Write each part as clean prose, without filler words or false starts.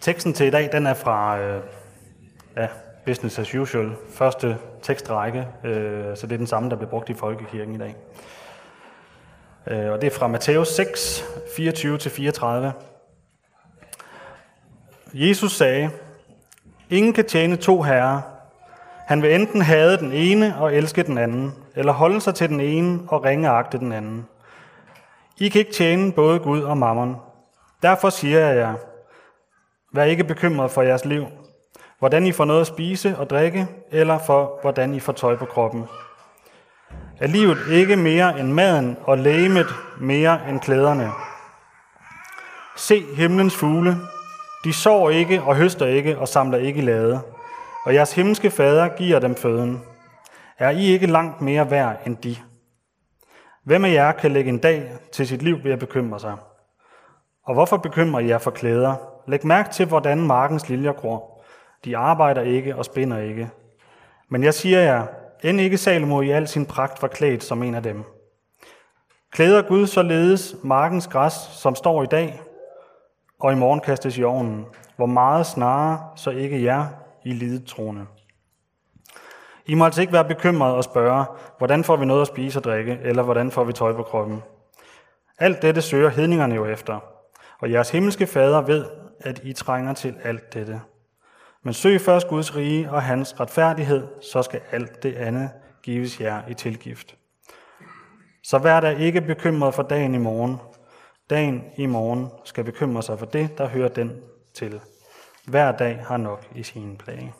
Teksten til i dag, den er fra Business as Usual, første tekstrække, så det er den samme, der bliver brugt i folkekirken i dag. Og det er fra Matthæus 6, 24-34. Jesus sagde, ingen kan tjene to herrer. Han vil enten hade den ene og elske den anden, eller holde sig til den ene og ringeagte den anden. I kan ikke tjene både Gud og mammon. Derfor siger jeg jer, vær ikke bekymret for jeres liv, hvordan I får noget at spise og drikke, eller for hvordan I får tøj på kroppen. Er livet ikke mere end maden, og legemet mere end klæderne? Se himlens fugle. De sår ikke og høster ikke og samler ikke i lade, og jeres himmelske fader giver dem føden. Er I ikke langt mere værd end de? Hvem af jer kan lægge en dag til sit liv ved at bekymre sig? Og hvorfor bekymrer I jer for klæder? Læg mærke til, hvordan markens liljer gror. De arbejder ikke og spinder ikke. Men jeg siger jer, end ikke Salomo i al sin pragt var klædt som en af dem. Klæder Gud således markens græs, som står i dag, og i morgen kastes i ovnen, hvor meget snarere, så ikke jer i lidet troende. I må altså ikke være bekymrede og spørge, hvordan får vi noget at spise og drikke, eller hvordan får vi tøj på kroppen. Alt dette søger hedningerne jo efter, og jeres himmelske fader ved, at I trænger til alt dette. Men søg først Guds rige og hans retfærdighed, så skal alt det andet gives jer i tilgift. Så vær da ikke bekymret for dagen i morgen. Dagen i morgen skal bekymre sig for det, der hører den til. Hver dag har nok i sin plage.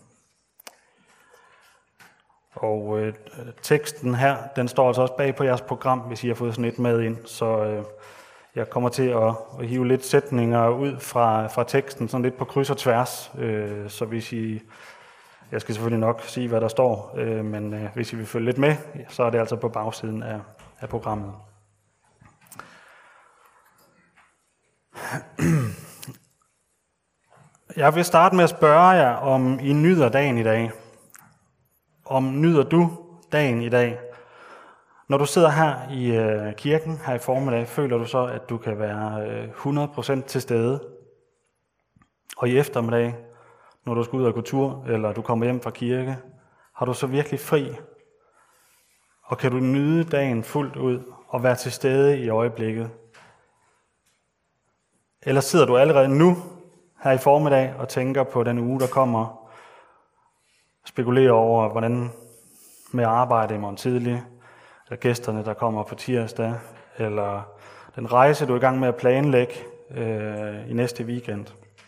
Og teksten her, den står altså også bag på jeres program, hvis I har fået sådan et med ind. Så jeg kommer til at hive lidt sætninger ud fra teksten, sådan lidt på kryds og tværs. Så hvis I, jeg skal selvfølgelig nok sige, hvad der står, men hvis I vil følge lidt med, så er det altså på bagsiden af programmet. Jeg vil starte med at spørge jer, om I nyder dagen i dag. Om nyder du dagen i dag? Når du sidder her i kirken her i formiddag, føler du så, at du kan være 100% til stede? Og i eftermiddag, når du skal ud og gå tur, eller du kommer hjem fra kirke, har du så virkelig fri? Og kan du nyde dagen fuldt ud og være til stede i øjeblikket? Eller sidder du allerede nu her i formiddag og tænker på den uge, der kommer, spekulerer over, hvordan med arbejde i morgen tidlig, eller gæsterne, der kommer på tirsdag, eller den rejse, du er i gang med at planlægge i næste weekend.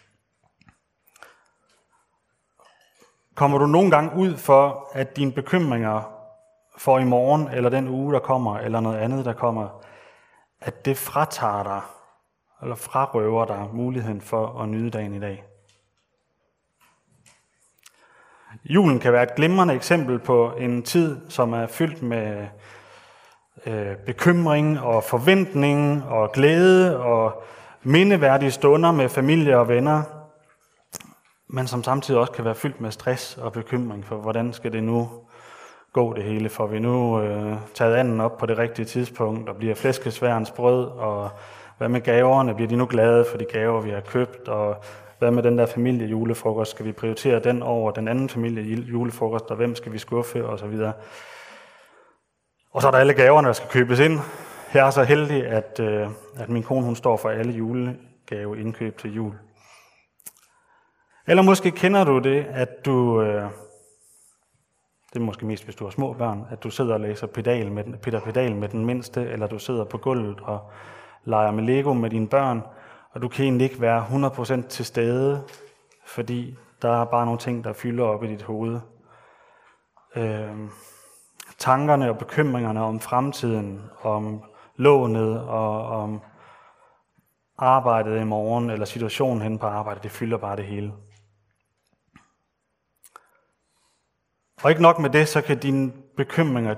Kommer du nogle gange ud for, at dine bekymringer for i morgen, eller den uge, der kommer, eller noget andet, der kommer, at det fratager dig, eller frarøver dig muligheden for at nyde dagen i dag? Julen kan være et glimrende eksempel på en tid, som er fyldt med bekymring og forventning og glæde og mindeværdige stunder med familie og venner, men som samtidig også kan være fyldt med stress og bekymring for, hvordan skal det nu gå det hele? Får vi nu taget anden op på det rigtige tidspunkt, og bliver flæskesværens brød, og hvad med gaverne? Bliver de nu glade for de gaver, vi har købt? Og hvad med den der familiejulefrokost? Skal vi prioritere den over den anden familiejulefrokost, og hvem skal vi skuffe? Og så videre. Og så er der alle gaverne, der skal købes ind. Jeg er så heldig, at min kone hun står for alle julegaveindkøb til jul. Eller måske kender du det, at du, det er måske mest, hvis du har små børn, at du sidder og læser Peter Pedal med den mindste, eller du sidder på gulvet og leger med Lego med dine børn, og du kan egentlig ikke være 100% til stede, fordi der er bare nogle ting, der fylder op i dit hoved. Tankerne og bekymringerne om fremtiden, om lånet og om arbejdet i morgen, eller situationen henne på arbejdet, det fylder bare det hele. Og ikke nok med det, så kan dine bekymringer,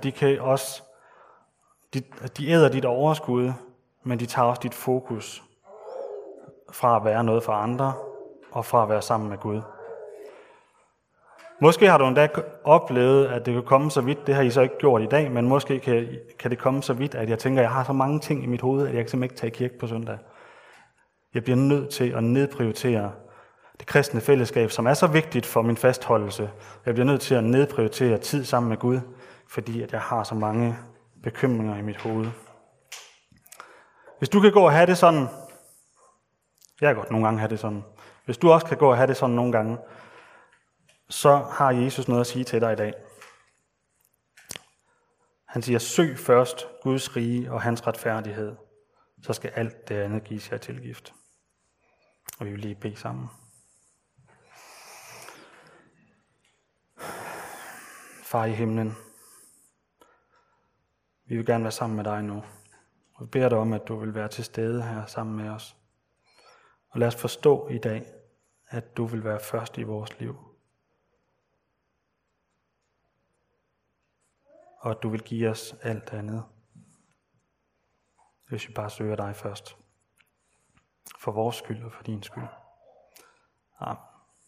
de æder dit overskud, men de tager også dit fokus fra at være noget for andre, og fra at være sammen med Gud. Måske har du endda oplevet, at det kan komme så vidt, det har I så ikke gjort i dag, men måske kan det komme så vidt, at jeg tænker, at jeg har så mange ting i mit hoved, at jeg kan simpelthen ikke tage i kirke på søndag. Jeg bliver nødt til at nedprioritere Det kristne fællesskab, som er så vigtigt for min fastholdelse. Jeg bliver nødt til at nedprioritere tid sammen med Gud, fordi at jeg har så mange bekymringer i mit hoved. Hvis du kan gå og have det sådan, jeg kan godt nogle gange have det sådan, hvis du også kan gå og have det sådan nogle gange, så har Jesus noget at sige til dig i dag. Han siger, søg først Guds rige og hans retfærdighed, så skal alt det andet gives jer tilgift. Og vi vil lige bede sammen. Far i himlen, vi vil gerne være sammen med dig nu. Og vi beder dig om, at du vil være til stede her sammen med os. Og lad os forstå i dag, at du vil være først i vores liv. Og at du vil give os alt andet, hvis vi bare søger dig først. For vores skyld og for din skyld. Amen.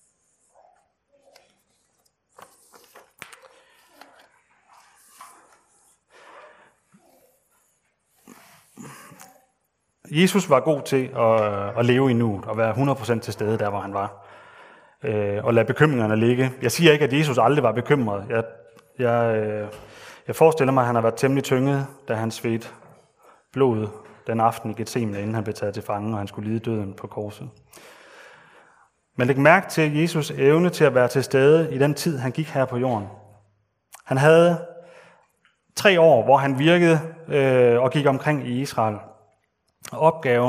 Jesus var god til at leve i nuet og være 100% til stede der, hvor han var. Og lade bekymringerne ligge. Jeg siger ikke, at Jesus aldrig var bekymret. Jeg forestiller mig, at han har været temmelig tynget, da han svedte blodet den aften i Getsemane, inden han blev taget til fange, og han skulle lide døden på korset. Men læg mærke til Jesus' evne til at være til stede i den tid, han gik her på jorden. Han havde 3 år, hvor han virkede og gik omkring i Israel. Og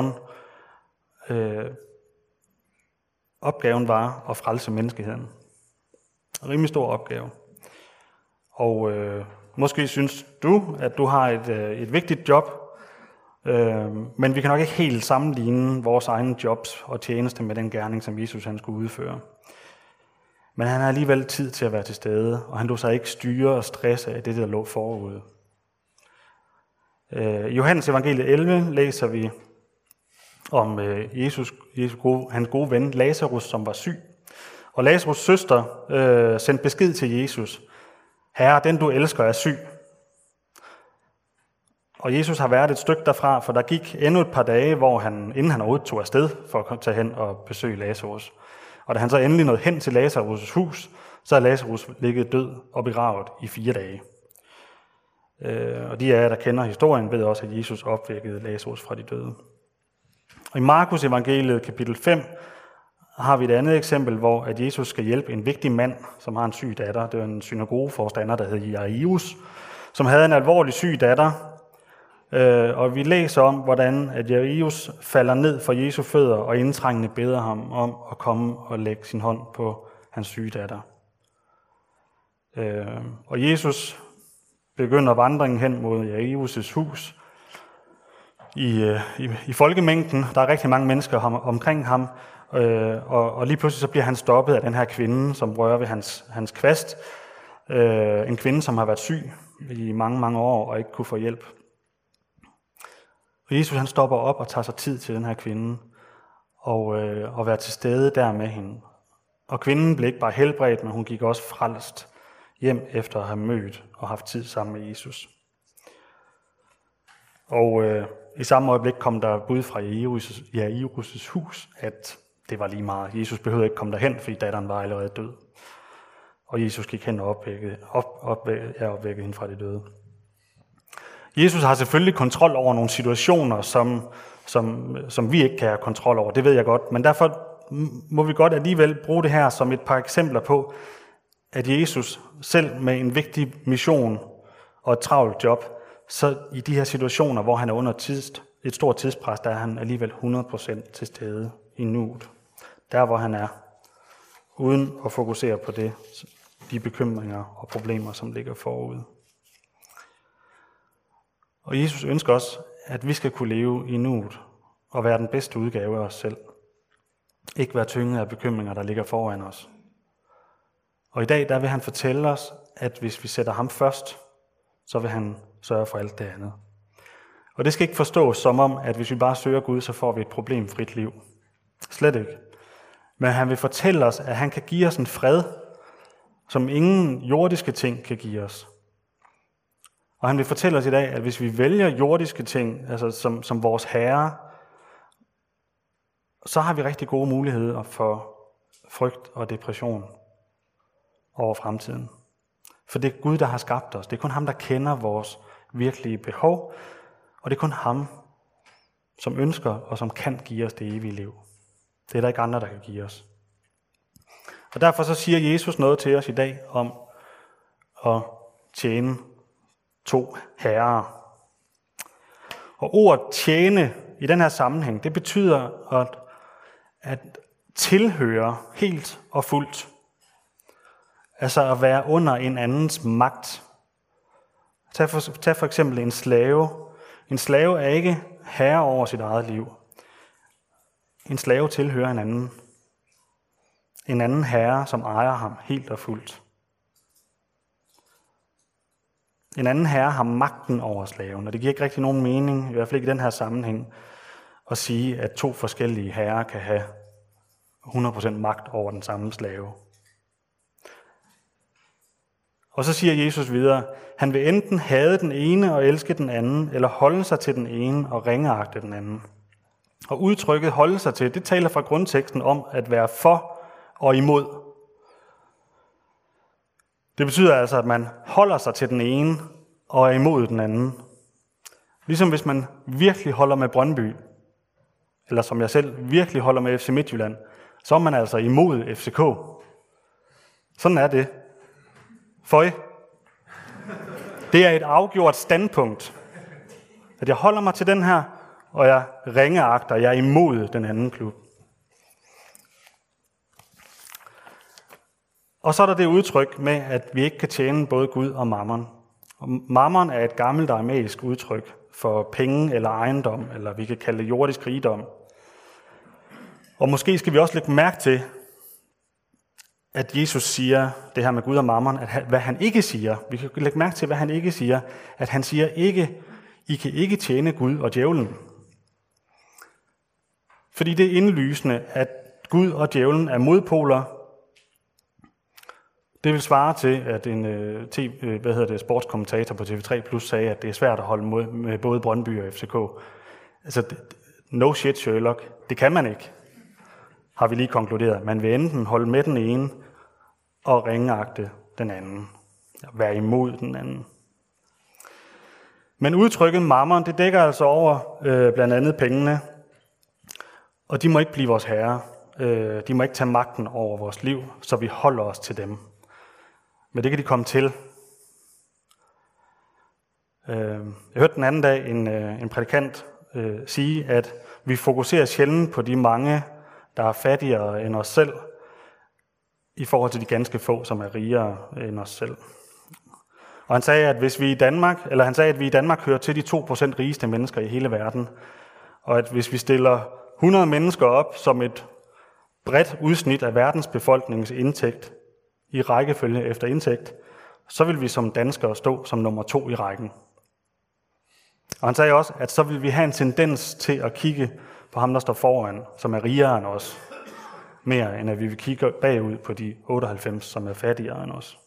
opgaven var at frelse menneskeheden. En rimelig stor opgave. Og måske synes du, at du har et vigtigt job, men vi kan nok ikke helt sammenligne vores egne jobs og tjeneste med den gerning, som Jesus han skulle udføre. Men han har alligevel tid til at være til stede, og han lod sig ikke styre og stresse af det, der lå forude. I Johannes evangeliet 11 læser vi om hans gode ven Lazarus, som var syg. Og Lazarus' søster sendte besked til Jesus: Herre, den du elsker er syg. Og Jesus har været et stykke derfra, for der gik endnu et par dage, inden han overhovedet tog afsted for at tage hen og besøge Lazarus. Og da han så endelig nåede hen til Lazarus' hus, så er Lazarus ligget død og begravet i 4 dage. Og de af jer, der kender historien, ved også, at Jesus opvækkede Lazarus fra de døde. Og i Markus evangeliet kapitel 5 har vi et andet eksempel, hvor at Jesus skal hjælpe en vigtig mand, som har en syg datter. Det var en synagogeforstander, der hed Jairus, som havde en alvorlig syg datter. Og vi læser om, hvordan at Jairus falder ned for Jesu fødder og indtrængende beder ham om at komme og lægge sin hånd på hans syge datter. Og Jesus begynder vandringen hen mod Jairus' hus. I folkemængden, der er rigtig mange mennesker omkring ham, og lige pludselig så bliver han stoppet af den her kvinde, som rører ved hans kvast. En kvinde, som har været syg i mange, mange år og ikke kunne få hjælp. Og Jesus han stopper op og tager sig tid til den her kvinde og være til stede der med hende. Og kvinden blev ikke bare helbredt, men hun gik også frelst hjem efter at have mødt og haft tid sammen med Jesus. Og i samme øjeblik kom der bud fra Jairus' hus, at det var lige meget. Jesus behøvede ikke komme derhen, fordi datteren var allerede død. Og Jesus gik hen og opvækkede hende fra de døde. Jesus har selvfølgelig kontrol over nogle situationer, som vi ikke kan have kontrol over. Det ved jeg godt. Men derfor må vi godt alligevel bruge det her som et par eksempler på, at Jesus selv med en vigtig mission og et travlt job, så i de her situationer, hvor han er under et stort tidspres, der er han alligevel 100% til stede i nuet. Der, hvor han er, uden at fokusere på de bekymringer og problemer, som ligger forude. Og Jesus ønsker også, at vi skal kunne leve i nuet og være den bedste udgave af os selv. Ikke være tynget af bekymringer, der ligger foran os. Og i dag, der vil han fortælle os, at hvis vi sætter ham først, så vil han sørge for alt det andet. Og det skal ikke forstås som om, at hvis vi bare søger Gud, så får vi et problemfrit liv. Slet ikke. Men han vil fortælle os, at han kan give os en fred, som ingen jordiske ting kan give os. Og han vil fortælle os i dag, at hvis vi vælger jordiske ting, altså som vores herre, så har vi rigtig gode muligheder for frygt og depression over fremtiden. For det er Gud, der har skabt os. Det er kun ham, der kender vores virkelige behov, og det er kun ham, som ønsker og som kan give os det evige liv. Det er der ikke andre, der kan give os. Og derfor så siger Jesus noget til os i dag om at tjene 2 herrer. Og ordet tjene i den her sammenhæng, det betyder at tilhøre helt og fuldt. Altså at være under en andens magt. Tag for eksempel en slave. En slave er ikke herre over sit eget liv. En slave tilhører en anden. En anden herre, som ejer ham helt og fuldt. En anden herre har magten over slaven, og det giver ikke rigtig nogen mening, i hvert fald ikke i den her sammenhæng, at sige, at 2 forskellige herrer kan have 100% magt over den samme slave. Og så siger Jesus videre, han vil enten hade den ene og elske den anden, eller holde sig til den ene og ringeagte den anden. Og udtrykket holde sig til, det taler fra grundteksten om at være for og imod. Det betyder altså, at man holder sig til den ene og er imod den anden. Ligesom hvis man virkelig holder med Brøndby, eller som jeg selv virkelig holder med FC Midtjylland, så er man altså imod FCK. Sådan er det. Føj. Det er et afgjort standpunkt, at jeg holder mig til den her, og jeg ringeagter, jeg er imod den anden klub. Og så er der det udtryk med, at vi ikke kan tjene både Gud og mammon. Og mammon er et gammelt aramæisk udtryk for penge eller ejendom, eller vi kan kalde det jordisk rigdom. Og måske skal vi også lægge mærke til, at Jesus siger det her med Gud og mammon, at hvad han ikke siger. Vi kan lægge mærke til, hvad han ikke siger. At han siger ikke, I kan ikke tjene Gud og djævlen. Fordi det er indlysende, at Gud og djævlen er modpoler. Det vil svare til, at en sportskommentator på TV3 Plus sagde, at det er svært at holde med både Brøndby og FCK. Altså, no shit Sherlock. Det kan man ikke, har vi lige konkluderet. Man vil enten holde med den ene og ringeagte den anden. Være imod den anden. Men udtrykket mammon, det dækker altså over blandt andet pengene. Og de må ikke blive vores herrer. De må ikke tage magten over vores liv, så vi holder os til dem. Men det kan de komme til. Jeg hørte den anden dag en prædikant sige, at vi fokuserer sjældent på de mange, der er fattigere end os selv, i forhold til de ganske få, som er rigere end os selv. Og han sagde, at vi i Danmark hører til de 2% rigeste mennesker i hele verden, og at hvis vi stiller 100 mennesker op som et bredt udsnit af verdens befolkningens indtægt, i rækkefølge efter indtægt, så vil vi som danskere stå som nummer 2 i rækken. Og han sagde også, at så vil vi have en tendens til at kigge på ham, der står foran, som er rigere end os, mere end at vi vil kigge bagud på de 98, som er fattigere end os.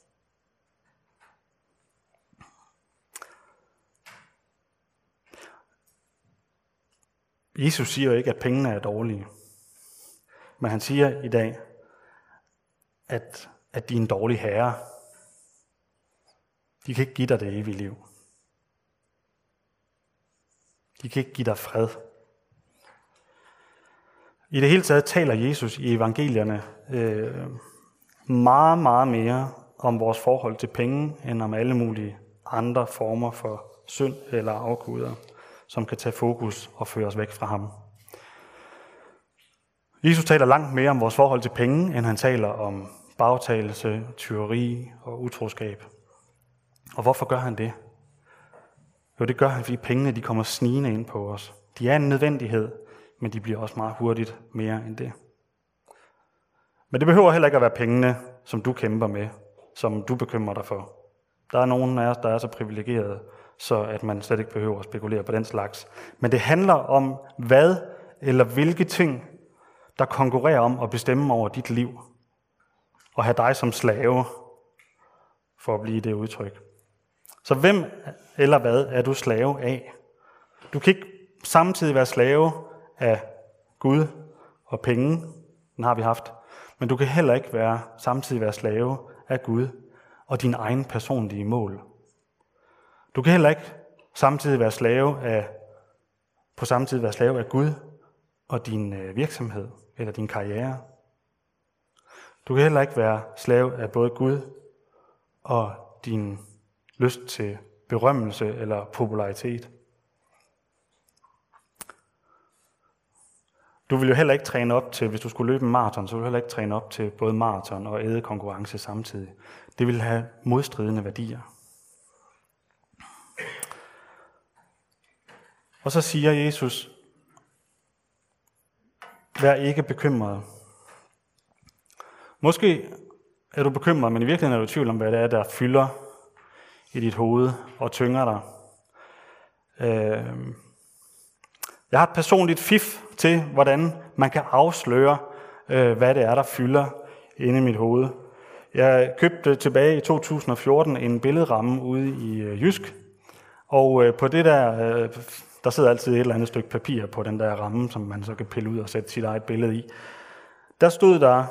Jesus siger jo ikke, at pengene er dårlige, men han siger i dag, at de er en dårlig herre. De kan ikke give dig det evige liv. De kan ikke give dig fred. I det hele taget taler Jesus i evangelierne meget, meget mere om vores forhold til penge, end om alle mulige andre former for synd eller afguder, som kan tage fokus og føre os væk fra ham. Jesus taler langt mere om vores forhold til penge, end han taler om bagtagelse, tyveri og utroskab. Og hvorfor gør han det? Jo, det gør han, fordi pengene de kommer snigende ind på os. De er en nødvendighed, men de bliver også meget hurtigt mere end det. Men det behøver heller ikke at være pengene, som du kæmper med, som du bekymrer dig for. Der er nogen af os, der er så privilegerede, så at man slet ikke behøver at spekulere på den slags. Men det handler om, hvad eller hvilke ting, der konkurrerer om at bestemme over dit liv, og have dig som slave, for at blive det udtryk. Så hvem eller hvad er du slave af? Du kan ikke samtidig være slave af Gud og penge, Den har vi haft. Men du kan heller ikke samtidig være slave af Gud og din egen personlige mål. Du kan heller ikke samtidig være slave af Gud og din virksomhed eller din karriere. Du kan heller ikke være slave af både Gud og din lyst til berømmelse eller popularitet. Du vil jo heller ikke træne op til, hvis du skulle løbe en maraton, så vil du heller ikke træne op til både maraton og ædekonkurrence samtidig. Det vil have modstridende værdier. Og så siger Jesus, vær ikke bekymret. Måske er du bekymret, men i virkeligheden er du i tvivl om, hvad det er, der fylder i dit hoved og tynger dig. Jeg har et personligt fif til, hvordan man kan afsløre, hvad det er, der fylder inde i mit hoved. Jeg købte tilbage i 2014 en billedramme ude i Jysk, og på det der sidder altid et eller andet stykke papir på den der ramme, som man så kan pille ud og sætte sit eget billede i. Der stod der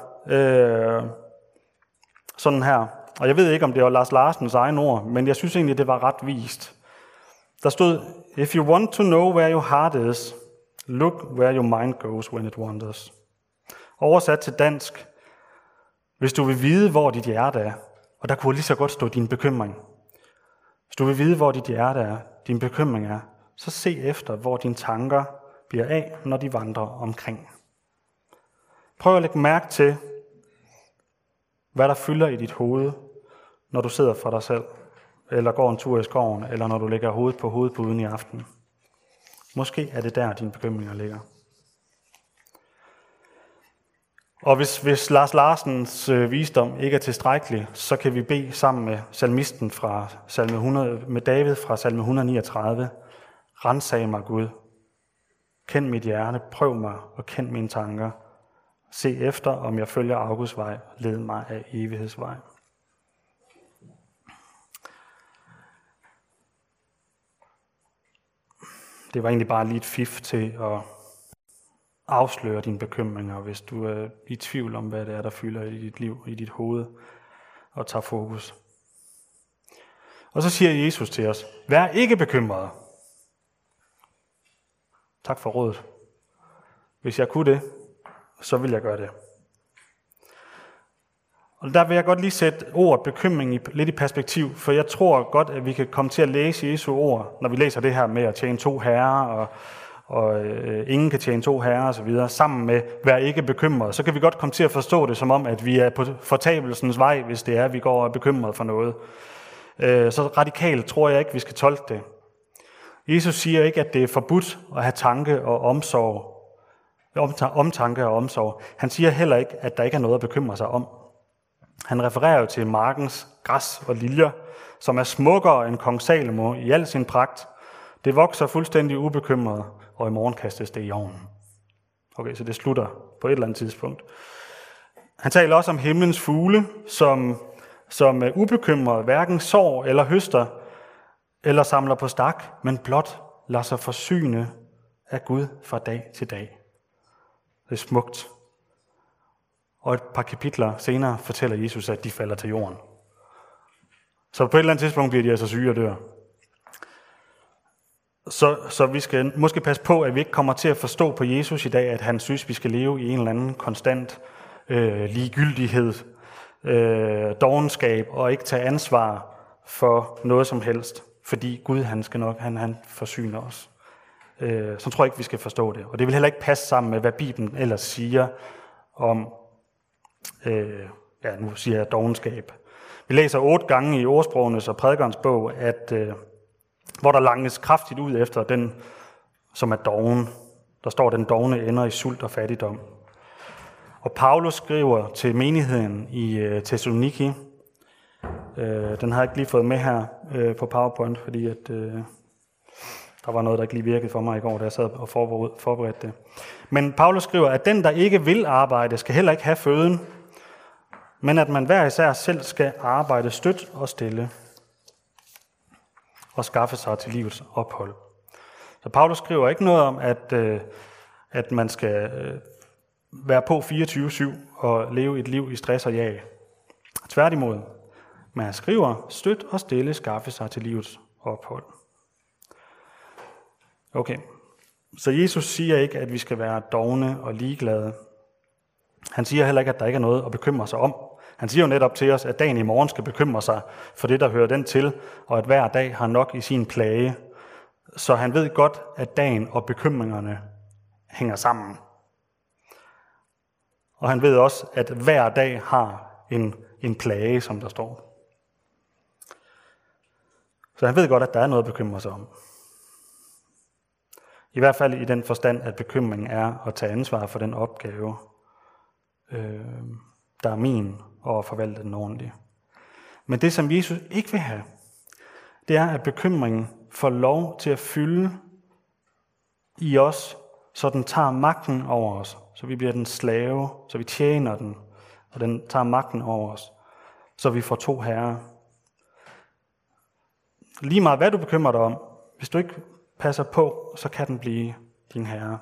sådan her, og jeg ved ikke, om det var Lars Larsens egen ord, men jeg synes egentlig, det var ret vist. Der stod, if you want to know where your heart is, look where your mind goes when it wanders. Oversat til dansk, hvis du vil vide, hvor dit hjerte er, og der kunne lige så godt stå din bekymring. Hvis du vil vide, hvor dit hjerte er, din bekymring er, så se efter, hvor dine tanker bliver af, når de vandrer omkring. Prøv at lægge mærke til, hvad der fylder i dit hoved, når du sidder for dig selv, eller går en tur i skoven, eller når du lægger hovedet på hovedpuden i aften. Måske er det der, dine bekymringer ligger. Og hvis Lars Larsens visdom ikke er tilstrækkelig, så kan vi bede sammen med salmisten fra salme 100, med David fra salme 139. Ransag mig, Gud. Kend mit hjerte, prøv mig og kend mine tanker. Se efter, om jeg følger Augusts vej, led mig af evighedsvej. Det var egentlig bare lige et fif til at afsløre dine bekymringer, hvis du er i tvivl om, hvad det er, der fylder i dit liv, i dit hoved, og tager fokus. Og så siger Jesus til os, vær ikke bekymret. Tak for rådet. Hvis jeg kunne det, så vil jeg gøre det. Og der vil jeg godt lige sætte ordet bekymring lidt i perspektiv, for jeg tror godt, at vi kan komme til at læse Jesu ord, når vi læser det her med at tjene to herrer, og ingen kan tjene to herrer osv., sammen med vær ikke bekymret. Så kan vi godt komme til at forstå det som om, at vi er på fortabelsens vej, hvis det er, at vi går og er bekymret for noget. Så radikalt tror jeg ikke, vi skal tolke det. Jesus siger ikke, at det er forbudt at have tanke og omsorg, omtanke og omsorg. Han siger heller ikke, at der ikke er noget at bekymre sig om. Han refererer jo til markens græs og liljer, som er smukkere end kong Salomo i al sin pragt. Det vokser fuldstændig ubekymret, og i morgen kastes det i ovnen. Okay, så det slutter på et eller andet tidspunkt. Han taler også om himlens fugle, som er ubekymret, hverken sår eller høster, eller samler på stak, men blot lader sig forsyne af Gud fra dag til dag. Det er smukt. Og et par kapitler senere fortæller Jesus, at de falder til jorden. Så på et eller andet tidspunkt bliver de altså syge og dør. Så vi skal måske passe på, at vi ikke kommer til at forstå på Jesus i dag, at han synes, vi skal leve i en eller anden konstant ligegyldighed, dovenskab og ikke tage ansvar for noget som helst. Fordi Gud, han forsyner os. Så tror jeg ikke, vi skal forstå det. Og det vil heller ikke passe sammen med, hvad Bibelen ellers siger om, nu siger jeg dovenskab. Vi læser 8 gange i Ordsprogenes og Prædikernes bog, at hvor der langes kraftigt ud efter den, som er doven. Der står, den dovne ender i sult og fattigdom. Og Paulus skriver til menigheden i Thessaloniki. Den har jeg ikke lige fået med her på PowerPoint, fordi at, der var noget, der ikke lige virkede for mig i går, da jeg sad og forberedte det. Men Paulus skriver, at den, der ikke vil arbejde, skal heller ikke have føden, men at man hver især selv skal arbejde stødt og stille og skaffe sig til livets ophold. Så Paulus skriver ikke noget om, at man skal være på 24/7 og leve et liv i stress og jag. Tværtimod, men han skriver, støt og stille skaffe sig til livets ophold. Okay, så Jesus siger ikke, at vi skal være dovne og ligeglade. Han siger heller ikke, at der ikke er noget at bekymre sig om. Han siger jo netop til os, at dagen i morgen skal bekymre sig for det, der hører den til, og at hver dag har nok i sin plage. Så han ved godt, at dagen og bekymringerne hænger sammen. Og han ved også, at hver dag har en plage, som der står. Så han ved godt, at der er noget at bekymre sig om. I hvert fald i den forstand, at bekymringen er at tage ansvar for den opgave, der er min, og at forvalte den ordentligt. Men det, som Jesus ikke vil have, det er, at bekymringen får lov til at fylde i os, så den tager magten over os. Så vi bliver den slave, så vi tjener den, og den tager magten over os. Så vi får to herrer. Lige meget hvad du bekymrer dig om, hvis du ikke passer på, så kan den blive din herre.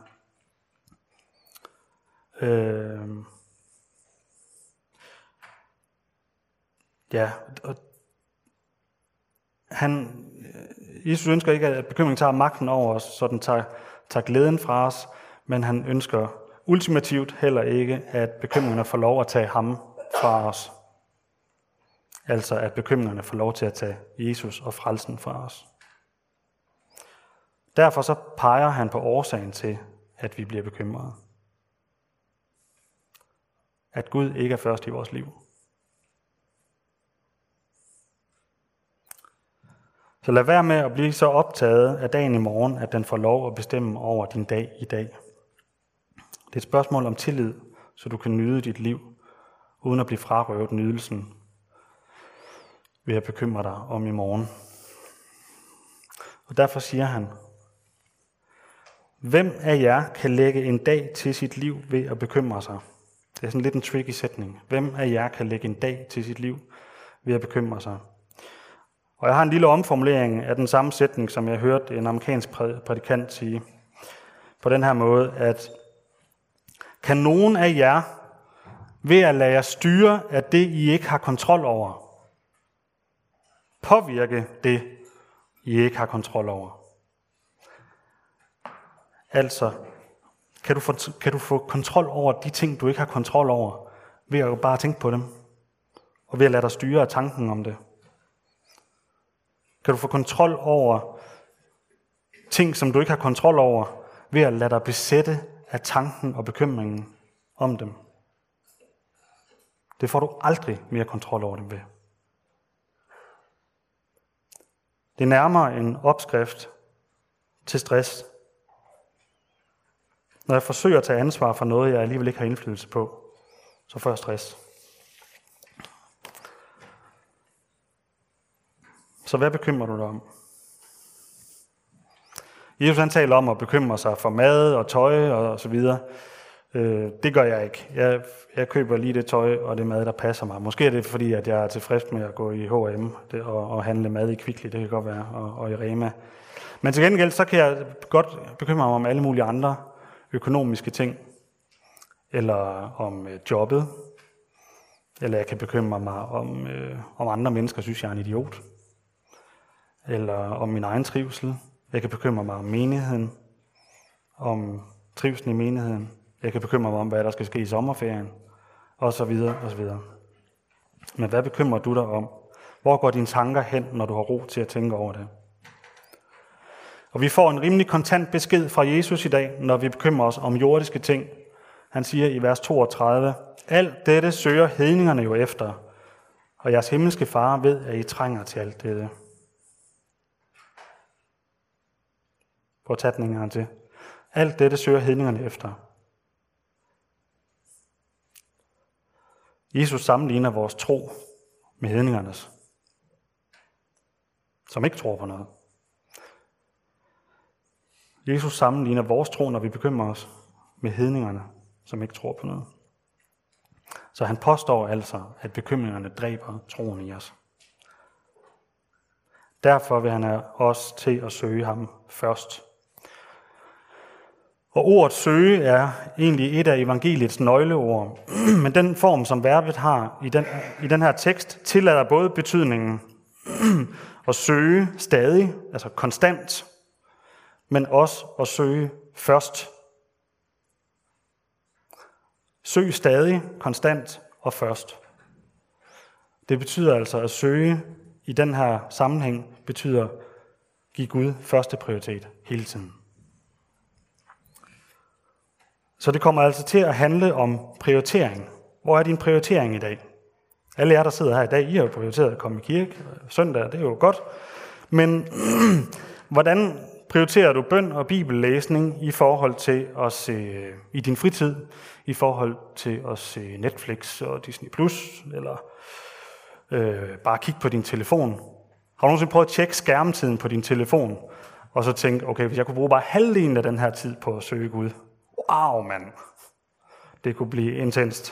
Jesus ønsker ikke, at bekymringen tager magten over os, så den tager glæden fra os, men han ønsker ultimativt heller ikke, at bekymringerne får lov at tage ham fra os. Altså at bekymringerne får lov til at tage Jesus og frelsen fra os. Derfor så peger han på årsagen til, at vi bliver bekymrede. At Gud ikke er først i vores liv. Så lad være med at blive så optaget af dagen i morgen, at den får lov at bestemme over din dag i dag. Det er et spørgsmål om tillid, så du kan nyde dit liv, uden at blive frarøvet nydelsen ved at bekymre dig om i morgen. Og derfor siger han, hvem af jer kan lægge en dag til sit liv ved at bekymre sig? Det er sådan lidt en tricky sætning. Hvem af jer kan lægge en dag til sit liv ved at bekymre sig? Og jeg har en lille omformulering af den samme sætning, som jeg hørte en amerikansk prædikant sige. På den her måde, at kan nogen af jer ved at lade jer styre af det, I ikke har kontrol over, påvirke det, I ikke har kontrol over? Altså, kan du få kontrol over de ting, du ikke har kontrol over, ved at bare tænke på dem, og ved at lade dig styre af tanken om det? Kan du få kontrol over ting, som du ikke har kontrol over, ved at lade dig besætte af tanken og bekymringen om dem? Det får du aldrig mere kontrol over dem ved. Det er nærmere en opskrift til stress. Når jeg forsøger at tage ansvar for noget, jeg alligevel ikke har indflydelse på, så får jeg stress. Så hvad bekymrer du dig om? Jesus han taler om at bekymre sig for mad og tøj og så videre. Det gør jeg ikke. Jeg køber lige det tøj og det mad, der passer mig. Måske er det fordi, at jeg er tilfreds med at gå i H&M og handle mad i Kvickly. Det kan godt være, og i Rema. Men til gengæld, så kan jeg godt bekymre mig om alle mulige andre økonomiske ting. Eller om jobbet. Eller jeg kan bekymre mig om andre mennesker synes, jeg er en idiot. Eller om min egen trivsel. Jeg kan bekymre mig om menigheden. Om trivslen i menigheden. Jeg kan bekymre mig om, hvad der skal ske i sommerferien. Og så videre, og så videre. Men hvad bekymrer du dig om? Hvor går dine tanker hen, når du har ro til at tænke over det? Og vi får en rimelig kontant besked fra Jesus i dag, når vi bekymrer os om jordiske ting. Han siger i vers 32, alt dette søger hedningerne jo efter, og jeres himmelske far ved, at I trænger til alt dette. Prøv at tage den en gang til. Alt dette søger hedningerne efter. Jesus sammenligner vores tro med hedningernes, som ikke tror på noget. Jesus sammenligner vores tro, når vi bekymrer os, med hedningerne, som ikke tror på noget. Så han påstår altså, at bekymringerne dræber troen i os. Derfor vil han have os til at søge ham først. Og ordet søge er egentlig et af evangeliets nøgleord, men den form, som verbet har i den her tekst, tillader både betydningen at søge stadig, altså konstant, men også at søge først. Søg stadig, konstant og først. Det betyder altså at søge i den her sammenhæng, betyder give Gud første prioritet hele tiden. Så det kommer altså til at handle om prioritering. Hvor er din prioritering i dag? Alle jer, der sidder her i dag, I har jo prioriteret at komme i kirke søndag, det er jo godt. Men hvordan prioriterer du bøn og bibellæsning i forhold til at se i din fritid, i forhold til at se Netflix og Disney+, eller bare kigge på din telefon? Har du nogensinde prøvet at tjekke skærmtiden på din telefon, og så tænke, okay, hvis jeg kunne bruge bare halvdelen af den her tid på at søge Gud, wow, mand, det kunne blive intenst.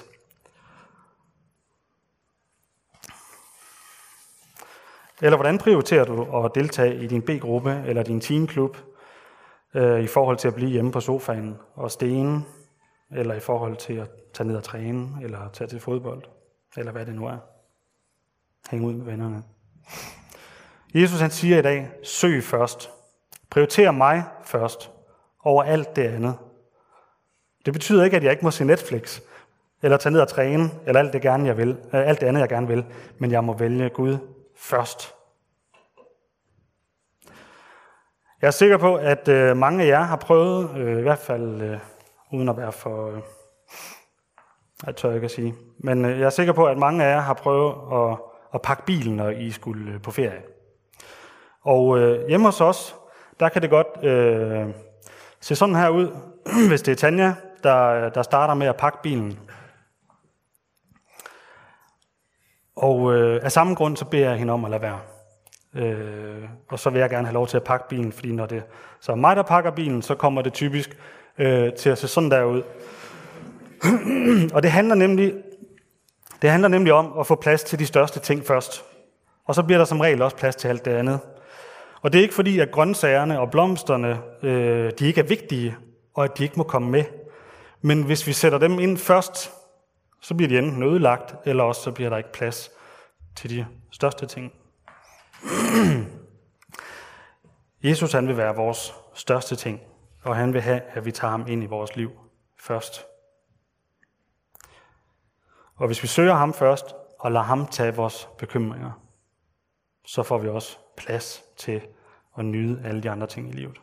Eller hvordan prioriterer du at deltage i din B-gruppe eller din teamklub i forhold til at blive hjemme på sofaen og stene, eller i forhold til at tage ned og træne, eller tage til fodbold, eller hvad det nu er. Hæng ud med vennerne. Jesus han siger i dag, søg først. Prioriter mig først over alt det andet. Det betyder ikke, at jeg ikke må se Netflix, eller tage ned og træne, eller alt det andet, jeg gerne vil, men jeg må vælge Gud først. Jeg er sikker på, at mange af jer har prøvet, i hvert fald uden at være for, jeg tør ikke at sige, men jeg er sikker på, at mange af jer har prøvet at pakke bilen, når I skulle på ferie. Og hjemme hos os, der kan det godt se sådan her ud, hvis det er Tanja, der starter med at pakke bilen. Og af samme grund, så beder jeg hende om at lade være. Og så vil jeg gerne have lov til at pakke bilen, fordi når det så er mig, der pakker bilen, så kommer det typisk til at se sådan der ud. Og det handler nemlig om at få plads til de største ting først. Og så bliver der som regel også plads til alt det andet. Og det er ikke fordi, at grøntsagerne og blomsterne, de ikke er vigtige, og at de ikke må komme med. Men hvis vi sætter dem ind først, så bliver de enten ødelagt, eller også så bliver der ikke plads til de største ting. Jesus han vil være vores største ting, og han vil have, at vi tager ham ind i vores liv først. Og hvis vi søger ham først, og lader ham tage vores bekymringer, så får vi også plads til at nyde alle de andre ting i livet.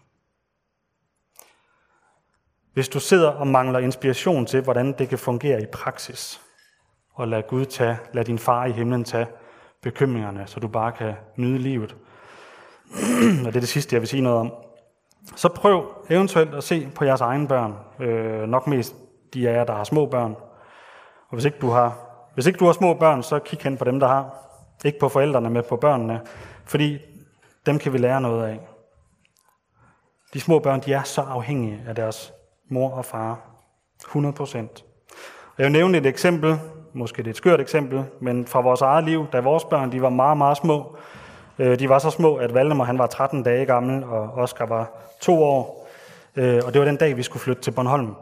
Hvis du sidder og mangler inspiration til, hvordan det kan fungere i praksis, og lad din far i himlen tage bekymringerne, så du bare kan nyde livet, og det er det sidste, jeg vil sige noget om, så prøv eventuelt at se på jeres egne børn, nok mest de af jer, der har små børn. Og hvis ikke du har små børn, så kig hen på dem, der har. Ikke på forældrene, men på børnene, fordi dem kan vi lære noget af. De små børn, de er så afhængige af deres mor og far. 100%. Jeg vil nævne et eksempel, måske det er et skørt eksempel, men fra vores eget liv, da vores børn de var meget, meget små. De var så små, at Valdemar han var 13 dage gammel, og Oscar var 2 år. Og det var den dag, vi skulle flytte til Bornholm.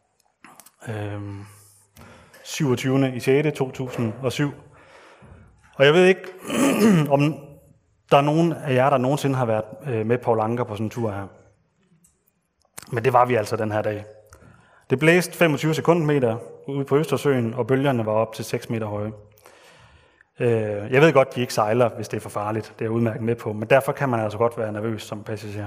27. i 6. 2007. Og jeg ved ikke, om der er nogen af jer, der nogensinde har været med Paul Anker på sådan en tur her. Men det var vi altså den her dag. Det blæste 25 sekundmeter ude på Østersøen, og bølgerne var op til 6 meter høje. Jeg ved godt, de ikke sejler, hvis det er for farligt. Det er jeg udmærket med på, men derfor kan man altså godt være nervøs som passager.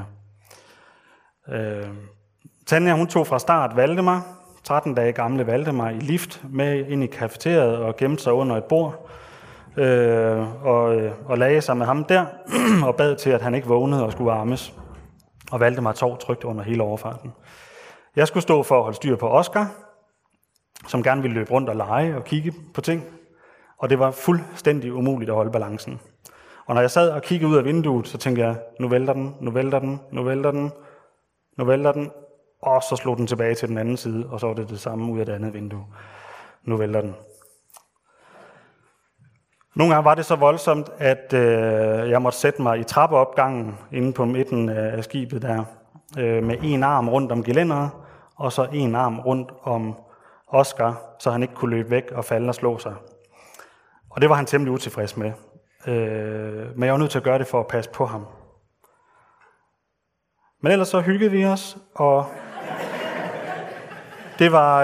Tanja, hun tog fra start Valdemar, 13 dage gamle Valdemar, i lift med ind i cafeteriet og gemte sig under et bord. Og lagde sig med ham der, og bad til, at han ikke vågnede og skulle varmes. Og Valdemar tog trygt under hele overfarten. Jeg skulle stå for at holde styr på Oscar, som gerne ville løbe rundt og lege og kigge på ting. Og det var fuldstændig umuligt at holde balancen. Og når jeg sad og kiggede ud af vinduet, så tænkte jeg, nu vælter den, nu vælter den, nu vælter den, nu vælter den. Og så slog den tilbage til den anden side, og så var det samme ud af det andet vindue. Nu vælter den. Nogle gange var det så voldsomt, at jeg måtte sætte mig i trappeopgangen inde på midten af skibet der, med en arm rundt om gelænderet, og så en arm rundt om Oscar, så han ikke kunne løbe væk og falde og slå sig. Og det var han temmelig utilfreds med. Men jeg var nødt til at gøre det for at passe på ham. Men ellers så hyggede vi os, og det var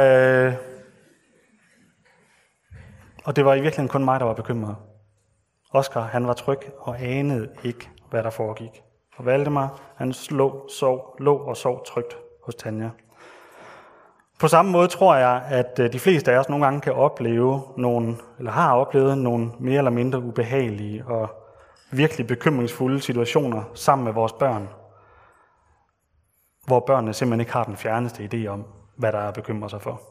i virkeligheden kun mig, der var bekymret. Oscar, han var tryg og anede ikke, hvad der foregik. Og Valdemar, han lå og sov trygt hos Tanja. På samme måde tror jeg, at de fleste af os nogle gange kan opleve har oplevet nogle mere eller mindre ubehagelige og virkelig bekymringsfulde situationer sammen med vores børn, hvor børnene simpelthen ikke har den fjerneste idé om, hvad der er at bekymre sig for.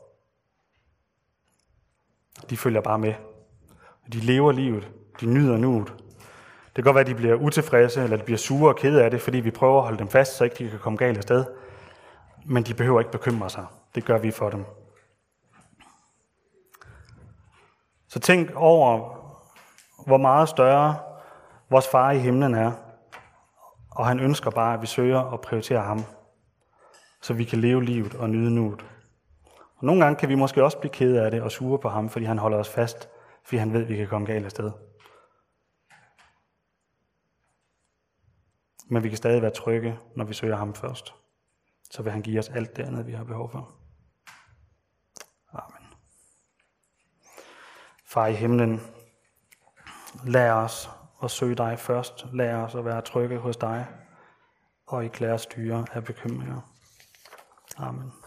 De følger bare med. De lever livet. De nyder nuet. Det kan godt være, at de bliver utilfredse, eller de bliver sure og kede af det, fordi vi prøver at holde dem fast, så ikke de kan komme galt af sted. Men de behøver ikke bekymre sig. Det gør vi for dem. Så tænk over, hvor meget større vores far i himlen er. Og han ønsker bare, at vi søger og prioriterer ham, så vi kan leve livet og nyde nuet. Og nogle gange kan vi måske også blive kede af det og sure på ham, fordi han holder os fast, fordi han ved, at vi kan komme galt af sted. Men vi kan stadig være trygge, når vi søger ham først. Så vil han give os alt det andet, vi har behov for. Amen. Far i himlen, lær os at søge dig først. Lær os at være trygge hos dig, og ikke lade os styre af bekymringer. Amen.